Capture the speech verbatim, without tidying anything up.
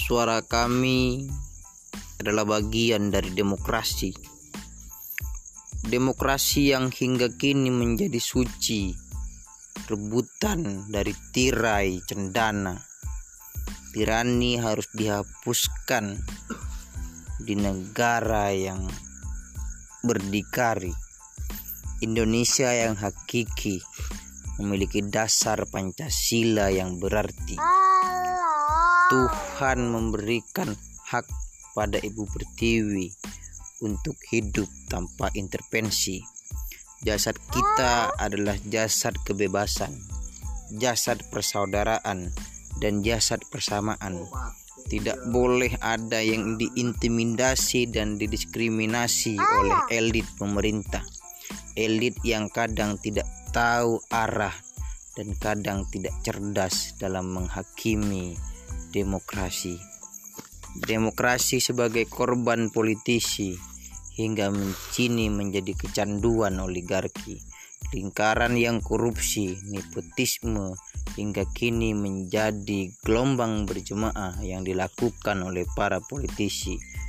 Suara kami adalah bagian dari demokrasi. Demokrasi yang hingga kini menjadi suci, rebutan dari tirai cendana. Tirani harus dihapuskan di negara yang berdikari. Indonesia yang hakiki memiliki dasar Pancasila yang berarti Tuhan memberikan hak pada Ibu Pertiwi untuk hidup tanpa intervensi. Jasad kita adalah jasad kebebasan, jasad persaudaraan, dan jasad persamaan. Tidak boleh ada yang diintimidasi dan didiskriminasi oleh elit pemerintah. Elit yang kadang tidak tahu arah dan kadang tidak cerdas dalam menghakimi demokrasi. Demokrasi sebagai korban politisi hingga kini menjadi kecanduan oligarki. Lingkaran yang korupsi, nepotisme hingga kini menjadi gelombang berjemaah yang dilakukan oleh para politisi.